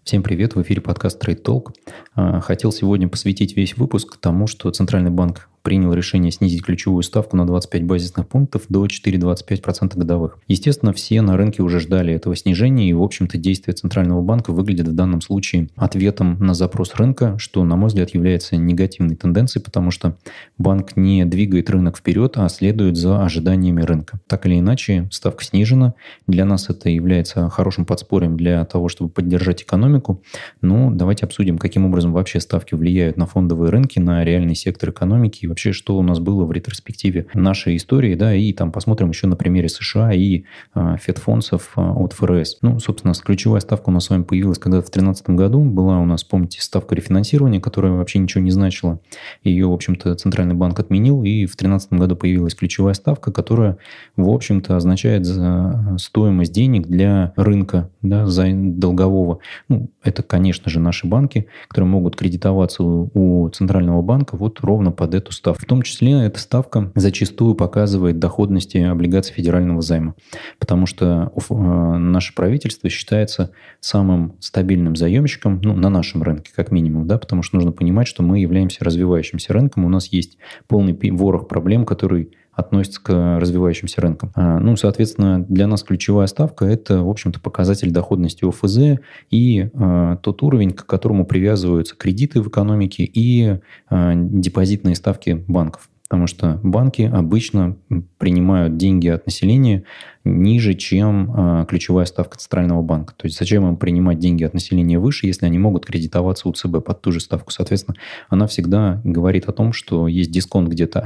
Всем привет, в эфире подкаст Trade Talk. Хотел сегодня посвятить весь выпуск тому, что Центральный банк принял решение снизить ключевую ставку на 25 базисных пунктов до 4,25% годовых. Естественно, все на рынке уже ждали этого снижения, и, в общем-то, действия Центрального банка выглядят в данном случае ответом на запрос рынка, что, на мой взгляд, является негативной тенденцией, потому что банк не двигает рынок вперед, а следует за ожиданиями рынка. Так или иначе, ставка снижена. Для нас это является хорошим подспорьем для того, чтобы поддержать экономику. Но давайте обсудим, каким образом вообще ставки влияют на фондовые рынки, на реальный сектор экономики и вообще, что у нас было в ретроспективе нашей истории, да, и там посмотрим еще на примере США и федфондсов от ФРС. Собственно, ключевая ставка у нас с вами появилась когда-то в 2013 году. Была у нас, помните, ставка рефинансирования, которая вообще ничего не значила. Ее, в общем-то, Центральный банк отменил, и в 2013 году появилась ключевая ставка, которая, в общем-то, означает стоимость денег для рынка, да, долгового. Это, конечно же, наши банки, которые могут кредитоваться у Центрального банка вот ровно под эту ставку. В том числе эта ставка зачастую показывает доходности облигаций федерального займа, потому что наше правительство считается самым стабильным заемщиком, на нашем рынке, как минимум, да, потому что нужно понимать, что мы являемся развивающимся рынком, у нас есть полный ворох проблем, который относится к развивающимся рынкам. Соответственно, для нас ключевая ставка – это, в общем-то, показатель доходности ОФЗ и тот уровень, к которому привязываются кредиты в экономике и депозитные ставки банков. Потому что банки обычно принимают деньги от населения ниже, чем ключевая ставка Центрального банка. То есть зачем им принимать деньги от населения выше, если они могут кредитоваться у ЦБ под ту же ставку? Соответственно, она всегда говорит о том, что есть дисконт где-то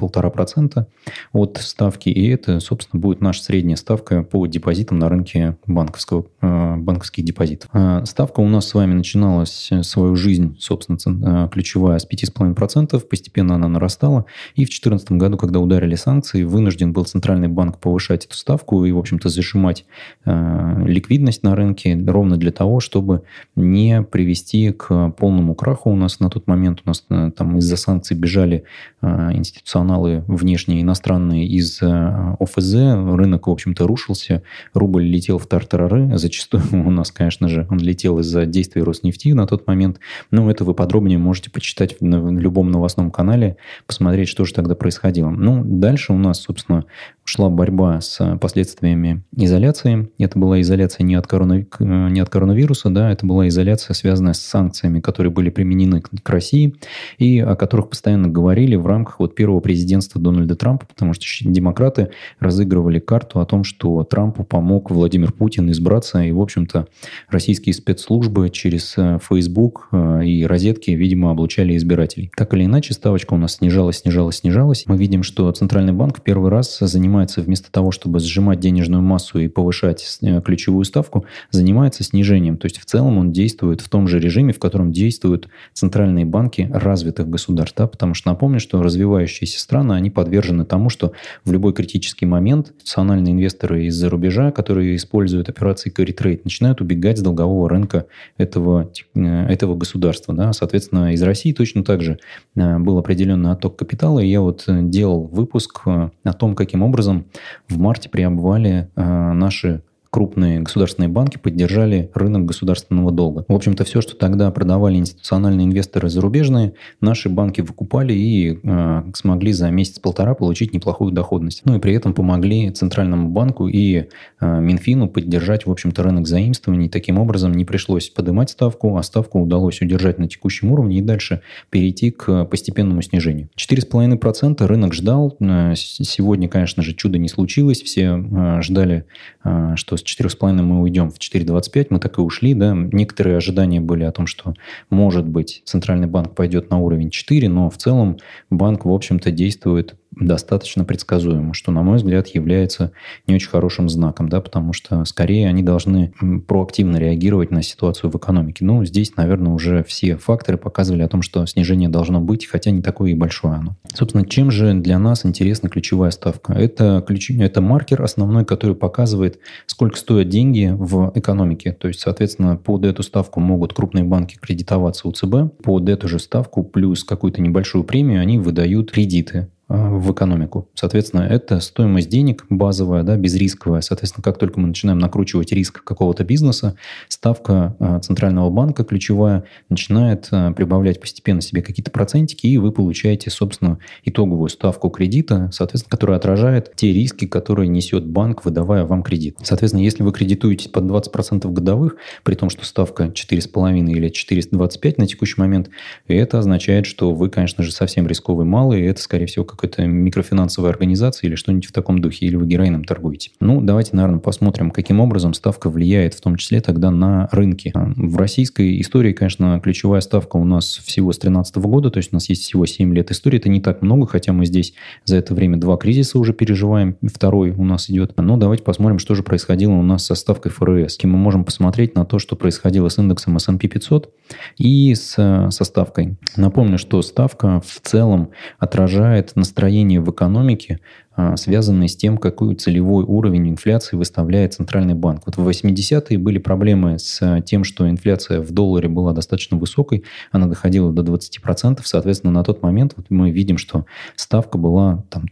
1-1,5% от ставки, и это, собственно, будет наша средняя ставка по депозитам на рынке банковских депозитов. Ставка у нас с вами начиналась свою жизнь, собственно, ключевая с 5,5%, постепенно она нарастала, и в 2014 году, когда ударили санкции, вынужден был Центральный банк повышать эту ставку и, в общем-то, зажимать ликвидность на рынке ровно для того, чтобы не привести к полному краху. У нас на тот момент там из-за санкций бежали институционалы внешние, иностранные из ОФЗ. Рынок, в общем-то, рушился. Рубль летел в тартарары. Зачастую у нас, конечно же, он летел из-за действий Роснефти на тот момент. Но это вы подробнее можете почитать в любом новостном канале, посмотреть, что же тогда происходило. Дальше у нас, собственно, шла борьба с последствиями изоляции. Это была изоляция не от коронавируса, да, это была изоляция, связанная с санкциями, которые были применены к России и о которых постоянно говорили в рамках первого президентства Дональда Трампа, потому что демократы разыгрывали карту о том, что Трампу помог Владимир Путин избраться, и, в общем-то, российские спецслужбы через Facebook и розетки, видимо, облучали избирателей. Так или иначе, ставочка у нас снижалась. Мы видим, что Центральный банк в первый раз занимается, вместо того, чтобы сжимать денежную массу и повышать ключевую ставку, занимается снижением. То есть в целом он действует в том же режиме, в котором действуют центральные банки развитых государств. Да? Потому что напомню, что развивающиеся страны, они подвержены тому, что в любой критический момент национальные инвесторы из-за рубежа, которые используют операции carry trade, начинают убегать с долгового рынка этого государства. Да? Соответственно, из России точно так же был определенный отток капитала. И я делал выпуск о том, каким образом в марте при обвале наши крупные государственные банки поддержали рынок государственного долга. В общем-то, все, что тогда продавали институциональные инвесторы зарубежные, наши банки выкупали и смогли за месяц-полтора получить неплохую доходность. И при этом помогли Центральному банку и Минфину поддержать, в общем-то, рынок заимствований. Таким образом, не пришлось поднимать ставку, а ставку удалось удержать на текущем уровне и дальше перейти к постепенному снижению. 4,5% рынок ждал. Сегодня, конечно же, чудо не случилось. Все ждали, что с 4,5 мы уйдем в 4,25, мы так и ушли, да. Некоторые ожидания были о том, что, может быть, Центральный банк пойдет на уровень 4, но в целом банк, в общем-то, действует достаточно предсказуемо, что, на мой взгляд, является не очень хорошим знаком, да, потому что, скорее, они должны проактивно реагировать на ситуацию в экономике. Здесь, наверное, уже все факторы показывали о том, что снижение должно быть, хотя не такое и большое оно. Собственно, чем же для нас интересна ключевая ставка? Это маркер основной, который показывает, сколько стоят деньги в экономике. То есть, соответственно, под эту ставку могут крупные банки кредитоваться у ЦБ, под эту же ставку плюс какую-то небольшую премию они выдают кредиты в экономику. Соответственно, это стоимость денег базовая, да, безрисковая. Соответственно, как только мы начинаем накручивать риск какого-то бизнеса, ставка центрального банка ключевая начинает прибавлять постепенно себе какие-то процентики, и вы получаете, собственно, итоговую ставку кредита, соответственно, которая отражает те риски, которые несет банк, выдавая вам кредит. Соответственно, если вы кредитуетесь под 20% годовых, при том, что ставка 4,5 или 425 на текущий момент, это означает, что вы, конечно же, совсем рисковый малый, и это, скорее всего, какая-то микрофинансовая организация или что-нибудь в таком духе, или вы героином торгуете. Ну, давайте, наверное, посмотрим, каким образом ставка влияет, в том числе тогда на рынки. В российской истории, конечно, ключевая ставка у нас всего с 2013 года, то есть у нас есть всего 7 лет истории, это не так много, хотя мы здесь за это время 2 кризиса уже переживаем, второй у нас идет. Но давайте посмотрим, что же происходило у нас со ставкой ФРС. Мы можем посмотреть на то, что происходило с индексом S&P 500 и со ставкой. Напомню, что ставка в целом отражает настроение в экономике, связанные с тем, какой целевой уровень инфляции выставляет Центральный банк. Вот в 80-е были проблемы с тем, что инфляция в долларе была достаточно высокой, она доходила до 20%, соответственно, на тот момент вот мы видим, что ставка была там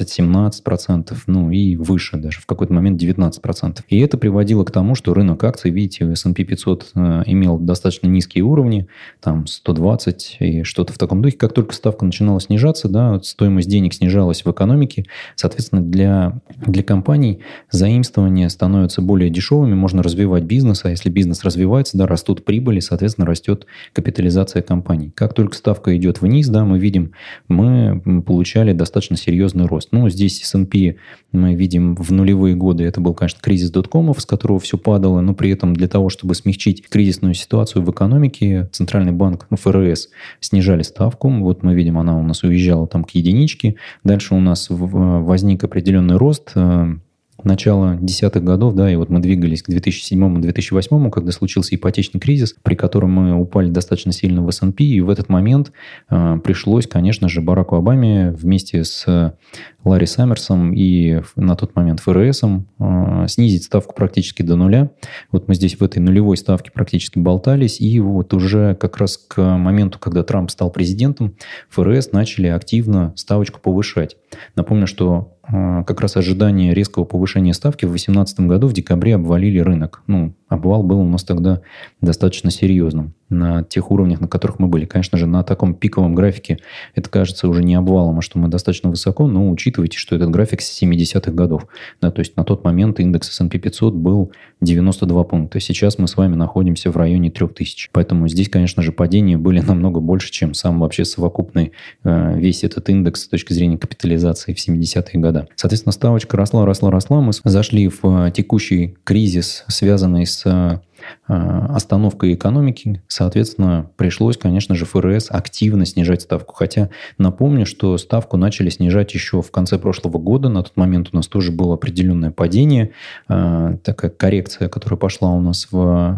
13-17%, ну и выше даже, в какой-то момент 19%. И это приводило к тому, что рынок акций, видите, S&P 500 имел достаточно низкие уровни, там 120 и что-то в таком духе. Как только ставка начинала снижаться, да, стоимость денег снижалась в экономике. Соответственно, для компаний заимствования становятся более дешевыми, можно развивать бизнес, а если бизнес развивается, да, растут прибыли, соответственно, растет капитализация компаний. Как только ставка идет вниз, да, мы видим, мы получали достаточно серьезный рост. Ну, здесь S&P мы видим в нулевые годы, это был, конечно, кризис доткомов, с которого все падало, но при этом для того, чтобы смягчить кризисную ситуацию в экономике, Центральный банк, ФРС, снижали ставку. Вот мы видим, она у нас уезжала там к единичке. Дальше у нас возник определенный рост начала десятых годов, да, и вот мы двигались к 2007-2008, когда случился ипотечный кризис, при котором мы упали достаточно сильно в S&P, и в этот момент пришлось, конечно же, Бараку Обаме вместе с Ларри Саммерсом и на тот момент ФРСом снизить ставку практически до нуля. Вот мы здесь в этой нулевой ставке практически болтались, и вот уже как раз к моменту, когда Трамп стал президентом, ФРС начали активно ставочку повышать. Напомню, что как раз ожидание резкого повышения ставки в 2018 году в декабре обвалили рынок. Ну, обвал был у нас тогда достаточно серьезным на тех уровнях, на которых мы были. Конечно же, на таком пиковом графике это кажется уже не обвалом, а что мы достаточно высоко, но учитывайте, что этот график с 70-х годов. Да, то есть на тот момент индекс S&P 500 был 92 пункта. Сейчас мы с вами находимся в районе 3000. Поэтому здесь, конечно же, падения были намного больше, чем сам вообще совокупный весь этот индекс с точки зрения капитализации в 70-е годы. Соответственно, ставочка росла. Мы зашли в текущий кризис, связанный с остановкой экономики. Соответственно, пришлось, конечно же, ФРС активно снижать ставку. Хотя напомню, что ставку начали снижать еще в конце прошлого года. На тот момент у нас тоже было определенное падение, такая коррекция, которая пошла у нас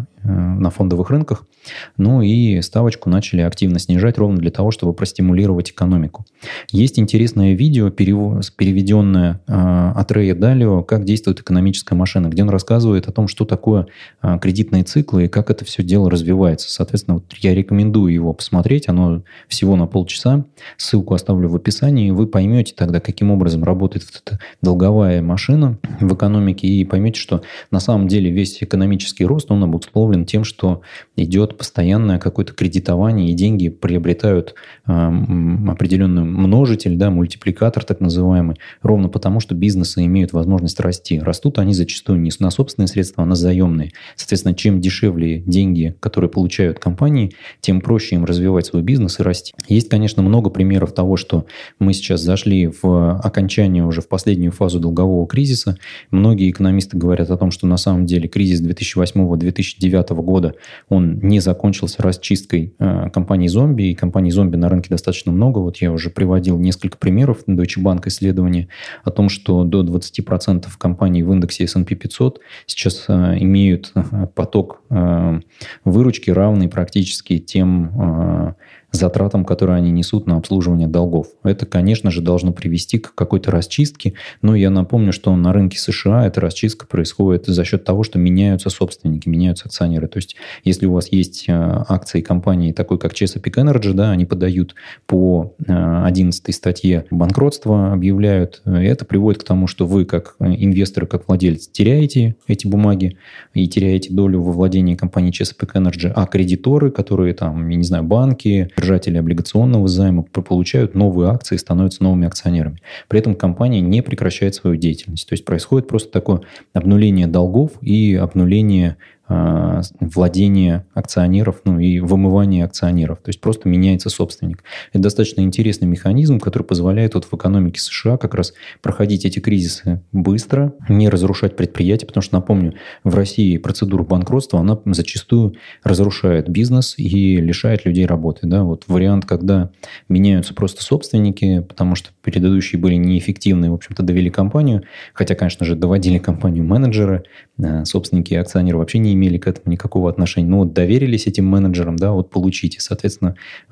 на фондовых рынках. Ну и ставочку начали активно снижать ровно для того, чтобы простимулировать экономику. Есть интересное видео, переведенное от Рэя Далио «Как действует экономическая машина», где он рассказывает о том, что такое кредитные циклы и как это все дело развивается. Соответственно, вот я рекомендую его посмотреть. Оно всего на полчаса. Ссылку оставлю в описании. Вы поймете тогда, каким образом работает вот эта долговая машина в экономике, и поймете, что на самом деле весь экономический рост, он обусловлен тем, что идет постоянное какое-то кредитование, и деньги приобретают определенный множитель, да, мультипликатор так называемый, ровно потому, что бизнесы имеют возможность расти. Растут они зачастую не на собственные средства, а на заемные. Соответственно, чем дешевле деньги, которые получают компании, тем проще им развивать свой бизнес и расти. Есть, конечно, много примеров того, что мы сейчас зашли в окончание уже в последнюю фазу долгового кризиса. Многие экономисты говорят о том, что на самом деле кризис 2008-2009 года, он не закончился расчисткой компаний-зомби, и компаний-зомби на рынке достаточно много. Вот я уже приводил несколько примеров, Deutsche Bank исследование о том, что до 20% компаний в индексе S&P 500 сейчас имеют поток выручки, равный практически тем затратам, которые они несут на обслуживание долгов. Это, конечно же, должно привести к какой-то расчистке, но я напомню, что на рынке США эта расчистка происходит за счет того, что меняются собственники, меняются акционеры. То есть, если у вас есть акции компании, такой как Chesapeake Energy, да, они подают по 11 статье банкротства, объявляют, и это приводит к тому, что вы, как инвесторы, как владельцы, теряете эти бумаги и теряете долю во владении компании Chesapeake Energy, а кредиторы, которые там, я не знаю, банки, держатели облигационного займа, получают новые акции и становятся новыми акционерами. При этом компания не прекращает свою деятельность. То есть происходит просто такое обнуление долгов и обнуление владение акционеров, ну и вымывание акционеров. То есть просто меняется собственник. Это достаточно интересный механизм, который позволяет вот в экономике США как раз проходить эти кризисы быстро, не разрушать предприятия, потому что, напомню, в России процедура банкротства, она зачастую разрушает бизнес и лишает людей работы. Да? Вот вариант, когда меняются просто собственники, потому что предыдущие были неэффективны, в общем-то, довели компанию, хотя, конечно же, доводили компанию менеджеры, собственники и акционеры вообще не имели к этому никакого отношения. Но вот доверились этим менеджерам, да, вот получите. Соответственно,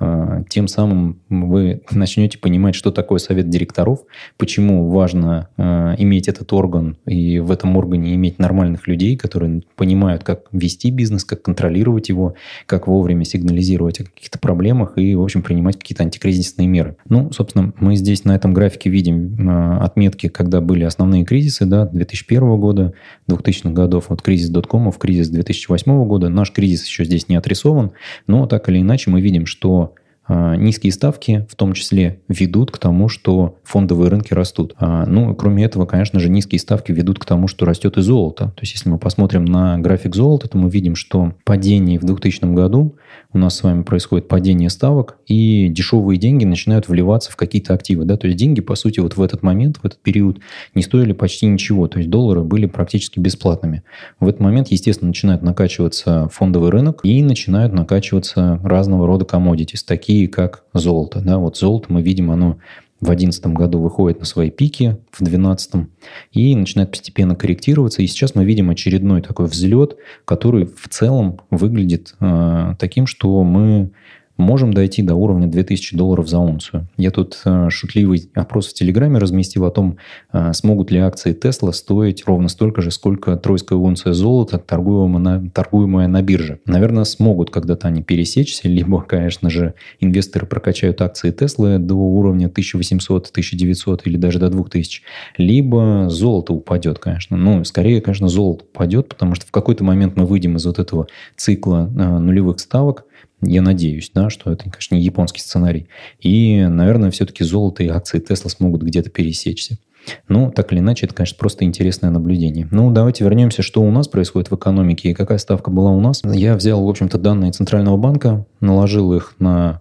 тем самым вы начнете понимать, что такое совет директоров, почему важно иметь этот орган и в этом органе иметь нормальных людей, которые понимают, как вести бизнес, как контролировать его, как вовремя сигнализировать о каких-то проблемах и, в общем, принимать какие-то антикризисные меры. Ну, собственно, мы здесь на этом графике видим отметки, когда были основные кризисы, да, 2001 года, 2000-х годов, вот кризис доткомов, кризис 2008 года. Наш кризис еще здесь не отрисован, но так или иначе мы видим, что низкие ставки в том числе ведут к тому, что фондовые рынки растут. Ну, кроме этого, конечно же, низкие ставки ведут к тому, что растет и золото. То есть, если мы посмотрим на график золота, то мы видим, что падение в 2000 году у нас с вами происходит падение ставок, и дешевые деньги начинают вливаться в какие-то активы. Да? То есть, деньги, по сути, вот в этот момент, в этот период не стоили почти ничего. То есть, доллары были практически бесплатными. В этот момент, естественно, начинает накачиваться фондовый рынок и начинают накачиваться разного рода commodities, такие как золото. Да? Вот золото мы видим, оно в 2011 году выходит на свои пики, в 2012, и начинает постепенно корректироваться. И сейчас мы видим очередной такой взлет, который в целом выглядит таким, что мы можем дойти до уровня $2000 за унцию. Я тут шутливый опрос в Телеграме разместил о том, смогут ли акции Tesla стоить ровно столько же, сколько тройская унция золота, торгуемая на бирже. Наверное, смогут когда-то они пересечься, либо, конечно же, инвесторы прокачают акции Tesla до уровня 1800, 1900 или даже до 2000, либо золото упадет, конечно. Ну, скорее, конечно, золото упадет, потому что в какой-то момент мы выйдем из вот этого цикла нулевых ставок. Я надеюсь, да, что это, конечно, не японский сценарий. И, наверное, все-таки золото и акции Tesla смогут где-то пересечься. Ну, так или иначе, это, конечно, просто интересное наблюдение. Ну, давайте вернемся, что у нас происходит в экономике и какая ставка была у нас. Я взял, в общем-то, данные Центрального банка, наложил их на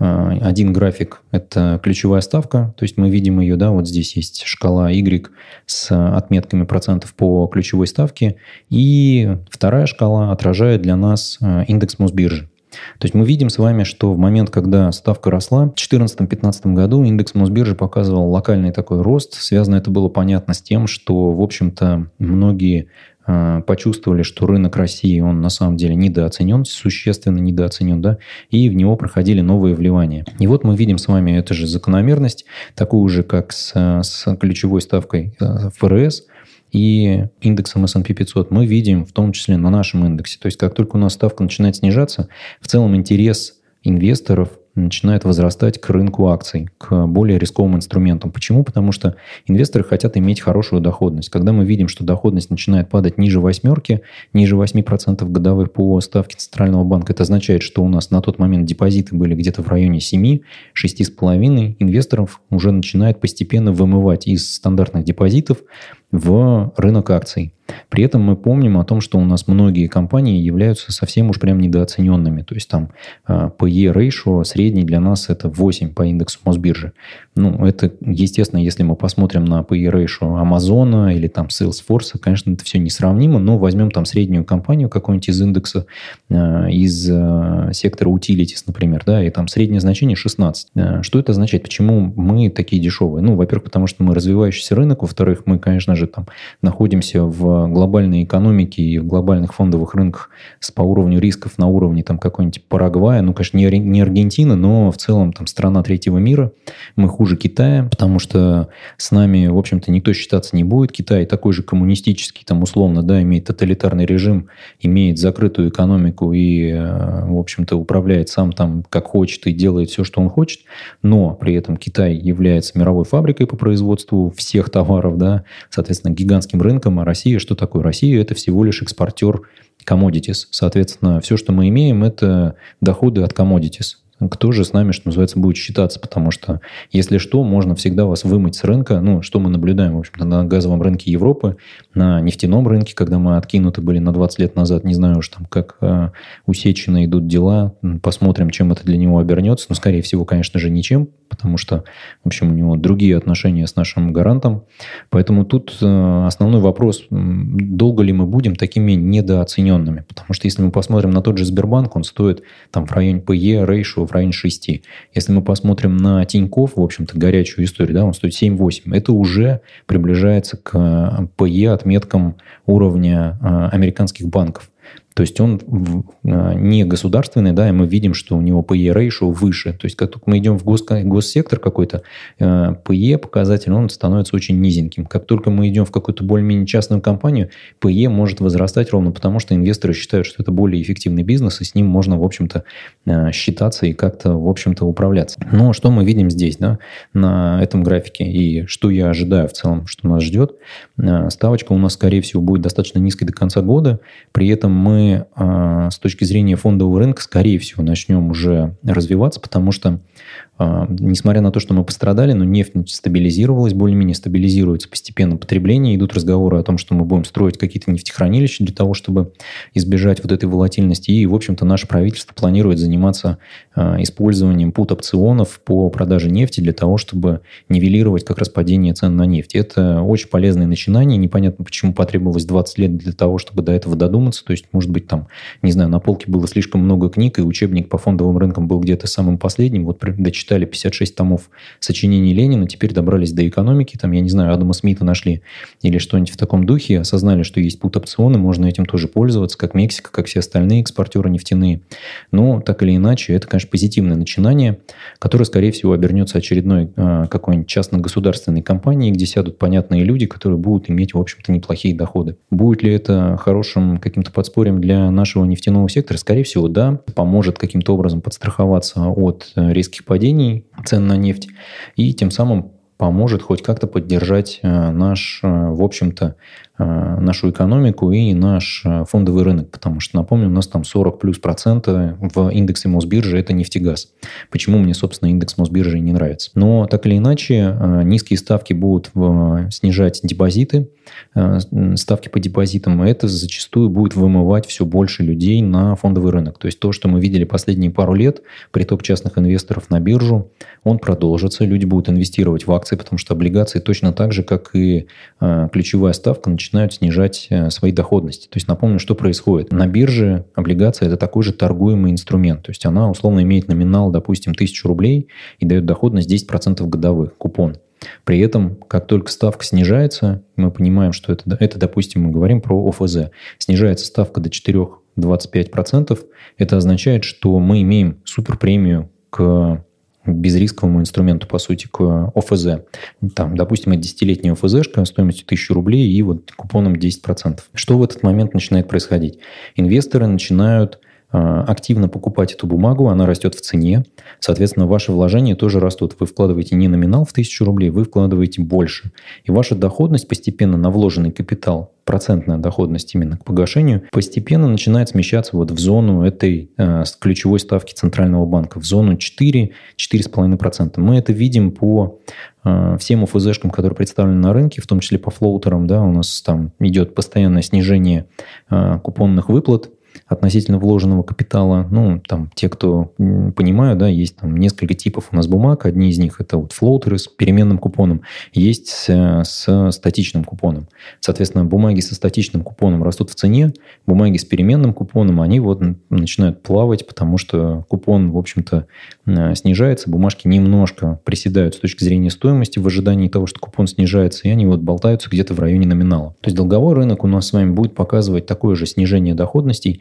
один график – это ключевая ставка, то есть мы видим ее, да, вот здесь есть шкала Y с отметками процентов по ключевой ставке, и вторая шкала отражает для нас индекс Мосбиржи. То есть мы видим с вами, что в момент, когда ставка росла, в 2014-2015 году индекс Мосбиржи показывал локальный такой рост. Связано это было понятно с тем, что, в общем-то, многие почувствовали, что рынок России, он на самом деле недооценен, существенно недооценен, да, и в него проходили новые вливания. И вот мы видим с вами эту же закономерность, такую же, как с ключевой ставкой ФРС, и индексом S&P 500 мы видим в том числе на нашем индексе. То есть, как только у нас ставка начинает снижаться, в целом интерес инвесторов начинает возрастать к рынку акций, к более рисковым инструментам. Почему? Потому что инвесторы хотят иметь хорошую доходность. Когда мы видим, что доходность начинает падать ниже 8%, ниже 8% годовых по ставке Центрального банка, это означает, что у нас на тот момент депозиты были где-то в районе 7, 6,5. Инвесторов уже начинает постепенно вымывать из стандартных депозитов в рынок акций. При этом мы помним о том, что у нас многие компании являются совсем уж прям недооцененными. То есть там PE ratio средний для нас это 8 по индексу Мосбиржи. Ну, это, естественно, если мы посмотрим на PE ratio Амазона или там Salesforce, конечно, это все несравнимо, но возьмем там среднюю компанию какую-нибудь из индекса, из сектора utilities, например, да, и там среднее значение 16. Что это означает? Почему мы такие дешевые? Ну, во-первых, потому что мы развивающийся рынок, во-вторых, мы, конечно же, там находимся в глобальной экономике и в глобальных фондовых рынках по уровню рисков на уровне там какой-нибудь Парагвая, ну, конечно, не Аргентина, но в целом там страна третьего мира. Мы хуже Китая, потому что с нами, в общем-то, никто считаться не будет. Китай такой же коммунистический, там, условно, да, имеет тоталитарный режим, имеет закрытую экономику и, в общем-то, управляет сам там как хочет и делает все, что он хочет. Но при этом Китай является мировой фабрикой по производству всех товаров, да, соответственно, гигантским рынком. А Россия что такое? Россия – это всего лишь экспортер commodities. Соответственно, все, что мы имеем, это доходы от commodities. Кто же с нами, что называется, будет считаться? Потому что, если что, можно всегда вас вымыть с рынка. Ну, что мы наблюдаем, в общем-то, на газовом рынке Европы, на нефтяном рынке, когда мы откинуты были на 20 лет назад. Не знаю уж там, как усеченно идут дела. Посмотрим, чем это для него обернется. Но, скорее всего, конечно же, ничем, потому что, в общем, у него другие отношения с нашим гарантом. Поэтому тут основной вопрос, долго ли мы будем такими недооцененными. Потому что, если мы посмотрим на тот же Сбербанк, он стоит там в районе PE, ratio в районе 6. Если мы посмотрим на Тинькофф, в общем-то, горячую историю, да, он стоит 7-8. Это уже приближается к PE отметкам уровня американских банков. То есть он не государственный, да, и мы видим, что у него PE ratio выше. То есть как только мы идем в госсектор какой-то, PE показатель, он становится очень низеньким. Как только мы идем в какую-то более-менее частную компанию, PE может возрастать ровно потому, что инвесторы считают, что это более эффективный бизнес, и с ним можно, в общем-то, считаться и как-то, в общем-то, управляться. Но что мы видим здесь, да, на этом графике, и что я ожидаю в целом, что нас ждет? Ставочка у нас, скорее всего, будет достаточно низкой до конца года. При этом мы с точки зрения фондового рынка, скорее всего, начнем уже развиваться, потому что, несмотря на то, что мы пострадали, но нефть стабилизировалась, более-менее стабилизируется постепенно потребление. Идут разговоры о том, что мы будем строить какие-то нефтехранилища для того, чтобы избежать вот этой волатильности. И, в общем-то, наше правительство планирует заниматься использованием пут-опционов по продаже нефти для того, чтобы нивелировать как раз падение цен на нефть. Это очень полезное начинание. Непонятно, почему потребовалось 20 лет для того, чтобы до этого додуматься. То есть, может быть, там, не знаю, на полке было слишком много книг, и учебник по фондовым рынкам был где-то самым последним. Вот дочитали 56 томов сочинений Ленина, теперь добрались до экономики, там, я не знаю, Адама Смита нашли или что-нибудь в таком духе, осознали, что есть пут-опционы, можно этим тоже пользоваться, как Мексика, как все остальные экспортеры нефтяные. Но, так или иначе, это, конечно, позитивное начинание, которое, скорее всего, обернется очередной какой-нибудь частно-государственной компанией, где сядут понятные люди, которые будут иметь, в общем-то, неплохие доходы. Будет ли это хорошим каким-то подспорьем для нашего нефтяного сектора? Скорее всего, да. Поможет каким-то образом подстраховаться от резких падений цен на нефть и тем самым поможет хоть как-то поддержать в общем-то, нашу экономику и наш фондовый рынок. Потому что, напомню, у нас там 40+% в индексе Мосбиржи – это нефтегаз. Почему мне, собственно, индекс Мосбиржи не нравится? Но, так или иначе, низкие ставки будут снижать депозиты, ставки по депозитам, и это зачастую будет вымывать все больше людей на фондовый рынок. То есть то, что мы видели последние пару лет, приток частных инвесторов на биржу, он продолжится. Люди будут инвестировать в акции, потому что облигации точно так же, как и ключевая ставка, начинают снижать свои доходности. То есть напомню, что происходит. На бирже облигация – это такой же торгуемый инструмент. То есть она условно имеет номинал, допустим, 1000 рублей и дает доходность 10% годовых, купон. При этом, как только ставка снижается, мы понимаем, что это, допустим, мы говорим про ОФЗ, снижается ставка до 4,25%, это означает, что мы имеем суперпремию к безрисковому инструменту, по сути, к ОФЗ. Там, допустим, это 10-летняя ОФЗшка стоимостью 1000 рублей и вот купоном 10%. Что в этот момент начинает происходить? Инвесторы начинают активно покупать эту бумагу, она растет в цене. Соответственно, ваши вложения тоже растут. Вы вкладываете не номинал в 1000 рублей, вы вкладываете больше. И ваша доходность постепенно на вложенный капитал, процентная доходность именно к погашению, постепенно начинает смещаться вот в зону этой ключевой ставки Центрального банка, в зону 4-4,5%. Мы это видим по всем ОФЗшкам, которые представлены на рынке, в том числе по флоутерам. Да, у нас там идет постоянное снижение купонных выплат. относительно вложенного капитала. Ну, там, те, кто понимают, да, есть там несколько типов у нас бумаг. Одни из них – это вот флоутеры с переменным купоном, есть с статичным купоном. Соответственно, бумаги со статичным купоном растут в цене, бумаги с переменным купоном, они вот начинают плавать, потому что купон, в общем-то, снижается, бумажки немножко приседают с точки зрения стоимости в ожидании того, что купон снижается, и они вот болтаются где-то в районе номинала. То есть долговой рынок у нас с вами будет показывать такое же снижение доходностей,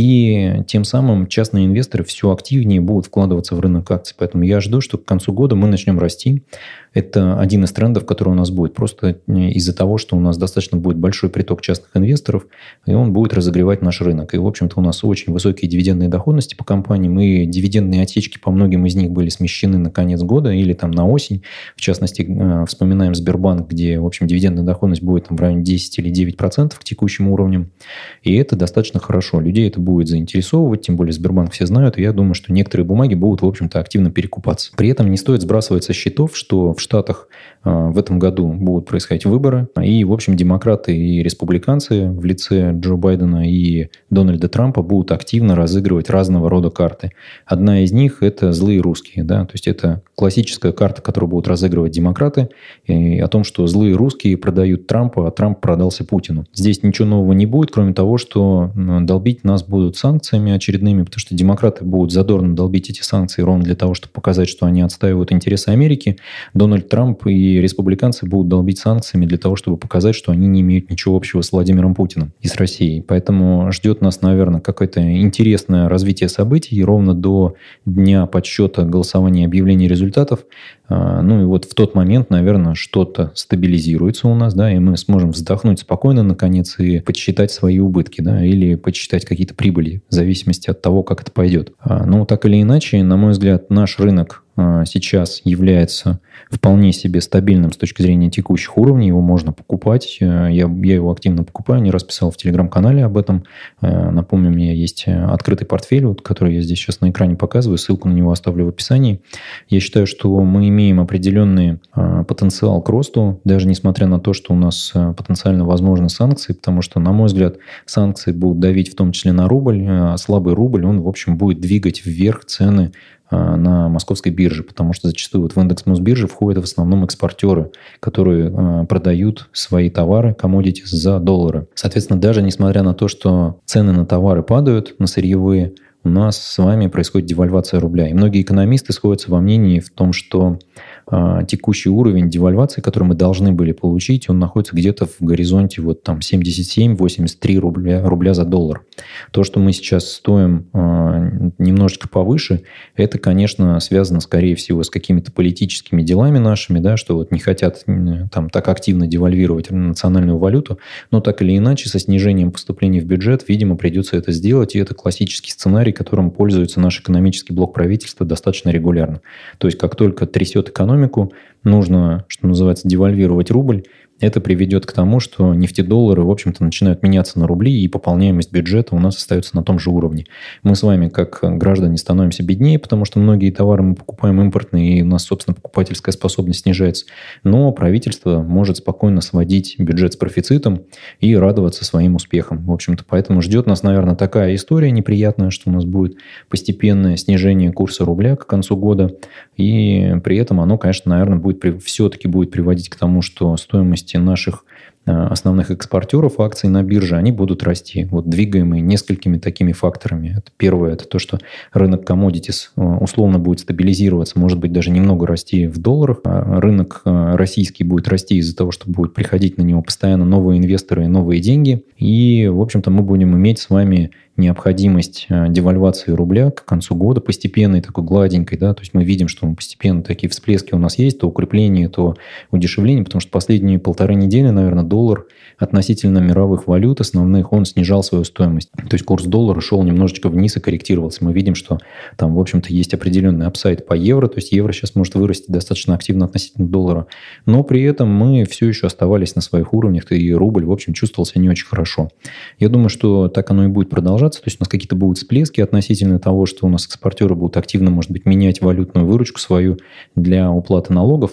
и тем самым частные инвесторы все активнее будут вкладываться в рынок акций. Поэтому я жду, что к концу года мы начнем расти. Это один из трендов, который у нас будет. Просто из-за того, что у нас достаточно будет большой приток частных инвесторов, и он будет разогревать наш рынок. И, в общем-то, у нас очень высокие дивидендные доходности по компаниям, и дивидендные отсечки по многим из них были смещены на конец года или там на осень. В частности, вспоминаем Сбербанк, где, в общем, дивидендная доходность будет там в районе 10 или 9% к текущим уровням. И это достаточно хорошо. Людей это будет заинтересовывать, тем более Сбербанк все знают, и я думаю, что некоторые бумаги будут, в общем-то, активно перекупаться. При этом не стоит сбрасывать со счетов, что в Штатах в этом году будут происходить выборы, и, в общем, демократы и республиканцы в лице Джо Байдена и Дональда Трампа будут активно разыгрывать разного рода карты. Одна из них – это злые русские, да, то есть это классическая карта, которую будут разыгрывать демократы, и о том, что злые русские продают Трампу, а Трамп продался Путину. Здесь ничего нового не будет, кроме того, что долбить нас будут санкциями очередными, потому что демократы будут задорно долбить эти санкции ровно для того, чтобы показать, что они отстаивают интересы Америки. Дональд Трамп и республиканцы будут долбить санкциями для того, чтобы показать, что они не имеют ничего общего с Владимиром Путиным и с Россией. Поэтому ждет нас, наверное, какое-то интересное развитие событий. И ровно до дня подсчета голосования и объявления результатов, ну и вот в тот момент, наверное, что-то стабилизируется у нас, да, и мы сможем вздохнуть спокойно, наконец, и подсчитать свои убытки, да, или подсчитать какие-то прибыли, в зависимости от того, как это пойдет. Но так или иначе, на мой взгляд, наш рынок сейчас является вполне себе стабильным с точки зрения текущих уровней. Его можно покупать. Я его активно покупаю. Не раз писал в Телеграм-канале об этом. Напомню, у меня есть открытый портфель, вот, который я здесь сейчас на экране показываю. Ссылку на него оставлю в описании. Я считаю, что мы имеем определенный потенциал к росту, даже несмотря на то, что у нас потенциально возможны санкции, потому что, на мой взгляд, санкции будут давить в том числе на рубль. А слабый рубль, он, в общем, будет двигать вверх цены на московской бирже, потому что зачастую вот в индекс Мосбиржи входят в основном экспортеры, которые продают свои товары, commodities за доллары. Соответственно, даже несмотря на то, что цены на товары падают, на сырьевые, у нас с вами происходит девальвация рубля. И многие экономисты сходятся во мнении в том, что текущий уровень девальвации, который мы должны были получить, он находится где-то в горизонте вот там 77-83 рубля за доллар. То, что мы сейчас стоим немножечко повыше, это, конечно, связано, скорее всего, с какими-то политическими делами нашими, да, что вот не хотят там так активно девальвировать национальную валюту, но так или иначе со снижением поступлений в бюджет, видимо, придется это сделать, и это классический сценарий, которым пользуется наш экономический блок правительства достаточно регулярно. То есть, как только трясет экономику, нужно, что называется, девальвировать рубль. Это приведет к тому, что нефтедоллары, в общем-то, начинают меняться на рубли, и пополняемость бюджета у нас остается на том же уровне. Мы с вами, как граждане, становимся беднее, потому что многие товары мы покупаем импортные, и у нас, собственно, покупательская способность снижается. Но правительство может спокойно сводить бюджет с профицитом и радоваться своим успехам. В общем-то, поэтому ждет нас, наверное, такая история неприятная, что у нас будет постепенное снижение курса рубля к концу года, и при этом оно, конечно, наверное, все-таки будет приводить к тому, что стоимость наших основных экспортеров акций на бирже, они будут расти, вот двигаемые несколькими такими факторами. Это первое, это то, что рынок commodities условно будет стабилизироваться, может быть, даже немного расти в долларах. Рынок российский будет расти из-за того, что будут приходить на него постоянно новые инвесторы и новые деньги. И, в общем-то, мы будем иметь с вами необходимость девальвации рубля к концу года, постепенной, такой гладенькой, да, то есть мы видим, что постепенно такие всплески у нас есть, то укрепление, то удешевление, потому что последние 1,5 недели, наверное, доллар относительно мировых валют основных, он снижал свою стоимость. То есть курс доллара шел немножечко вниз и корректировался. Мы видим, что там, в общем-то, есть определенный апсайд по евро, то есть евро сейчас может вырасти достаточно активно относительно доллара, но при этом мы все еще оставались на своих уровнях, и рубль, в общем, чувствовался не очень хорошо. Я думаю, что так оно и будет продолжаться. То есть у нас какие-то будут всплески относительно того, что у нас экспортеры будут активно, может быть, менять валютную выручку свою для уплаты налогов.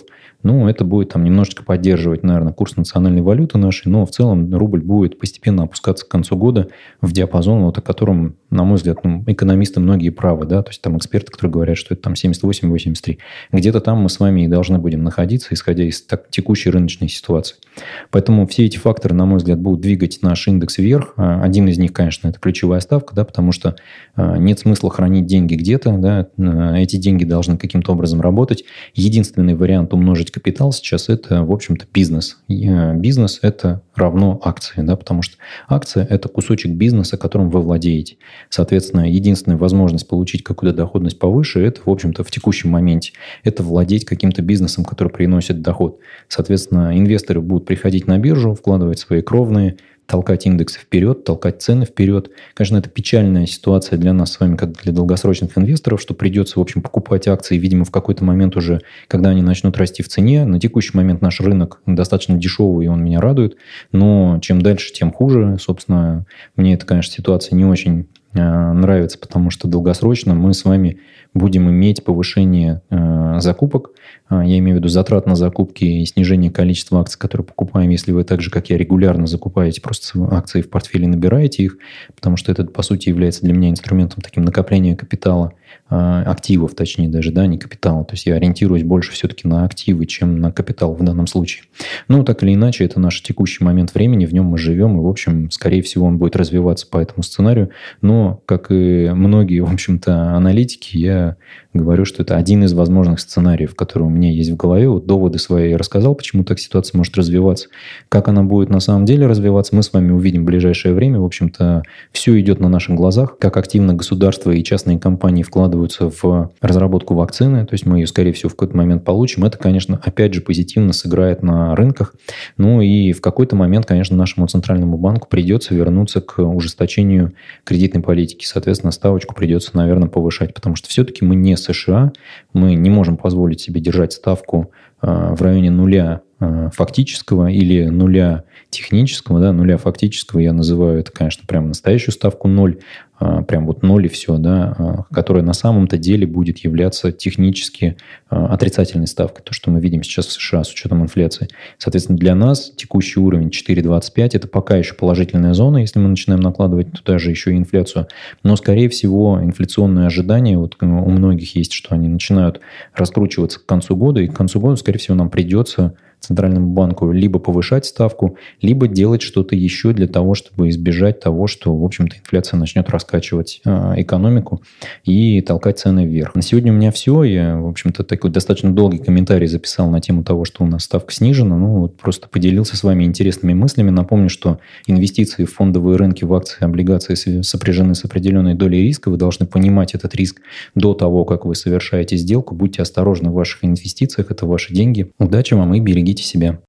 Ну, это будет там немножечко поддерживать, наверное, курс национальной валюты нашей, но в целом рубль будет постепенно опускаться к концу года в диапазон, вот о котором, на мой взгляд, экономисты многие правы, да, то есть там эксперты, которые говорят, что это там 78-83. Где-то там мы с вами и должны будем находиться, исходя из текущей рыночной ситуации. Поэтому все эти факторы, на мой взгляд, будут двигать наш индекс вверх. Один из них, конечно, это ключевая ставка, да, потому что нет смысла хранить деньги где-то, да, эти деньги должны каким-то образом работать. Единственный вариант умножить капитал сейчас – это, в общем-то, бизнес. Бизнес – это равно акции, да, потому что акция – это кусочек бизнеса, которым вы владеете. Соответственно, единственная возможность получить какую-то доходность повыше – это, в общем-то, в текущем моменте. Это владеть каким-то бизнесом, который приносит доход. Соответственно, инвесторы будут приходить на биржу, вкладывать свои кровные, толкать индексы вперед, толкать цены вперед. Конечно, это печальная ситуация для нас с вами, как для долгосрочных инвесторов, что придется, в общем, покупать акции, видимо, в какой-то момент уже, когда они начнут расти в цене. На текущий момент наш рынок достаточно дешевый, и он меня радует. Но чем дальше, тем хуже. Собственно, мне эта, конечно, ситуация не очень нравится, потому что долгосрочно мы с вами будем иметь повышение закупок. Я имею в виду затрат на закупки и снижение количества акций, которые покупаем, если вы так же, как я, регулярно закупаете просто акции в портфеле и набираете их, потому что это, по сути, является для меня инструментом таким накопления капитала, активов, точнее даже, да, не капитала. То есть я ориентируюсь больше все-таки на активы, чем на капитал в данном случае. Ну, так или иначе, это наш текущий момент времени, в нем мы живем, и, в общем, скорее всего, он будет развиваться по этому сценарию. Но, как и многие, в общем-то, аналитики, я говорю, что это один из возможных сценариев, который у меня есть в голове. Вот доводы свои я рассказал, почему так ситуация может развиваться. Как она будет на самом деле развиваться, мы с вами увидим в ближайшее время. В общем-то, все идет на наших глазах. Как активно государство и частные компании вкладываются в разработку вакцины, то есть мы ее, скорее всего, в какой-то момент получим. Это, конечно, опять же, позитивно сыграет на рынках. Ну и в какой-то момент, конечно, нашему центральному банку придется вернуться к ужесточению кредитной политики. Соответственно, ставочку придется, наверное, повышать, потому что все-таки мы не США, мы не можем позволить себе держать ставку в районе нуля фактического или нуля технического, да, нуля фактического, я называю это, конечно, прям настоящую ставку ноль, прям вот ноль и все, да, которая на самом-то деле будет являться технически отрицательной ставкой, то, что мы видим сейчас в США с учетом инфляции. Соответственно, для нас текущий уровень 4,25 – это пока еще положительная зона, если мы начинаем накладывать туда же еще и инфляцию, но, скорее всего, инфляционные ожидания вот у многих есть, что они начинают раскручиваться к концу года, и к концу года, скорее всего, нам придется Центральному банку либо повышать ставку, либо делать что-то еще для того, чтобы избежать того, что, в общем-то, инфляция начнет раскачивать экономику и толкать цены вверх. На сегодня у меня все. Я, в общем-то, такой достаточно долгий комментарий записал на тему того, что у нас ставка снижена. Ну, вот просто поделился с вами интересными мыслями. Напомню, что инвестиции в фондовые рынки, в акции, облигации сопряжены с определенной долей риска. Вы должны понимать этот риск до того, как вы совершаете сделку. Будьте осторожны в ваших инвестициях. Это ваши деньги. Удачи вам и берегите себя.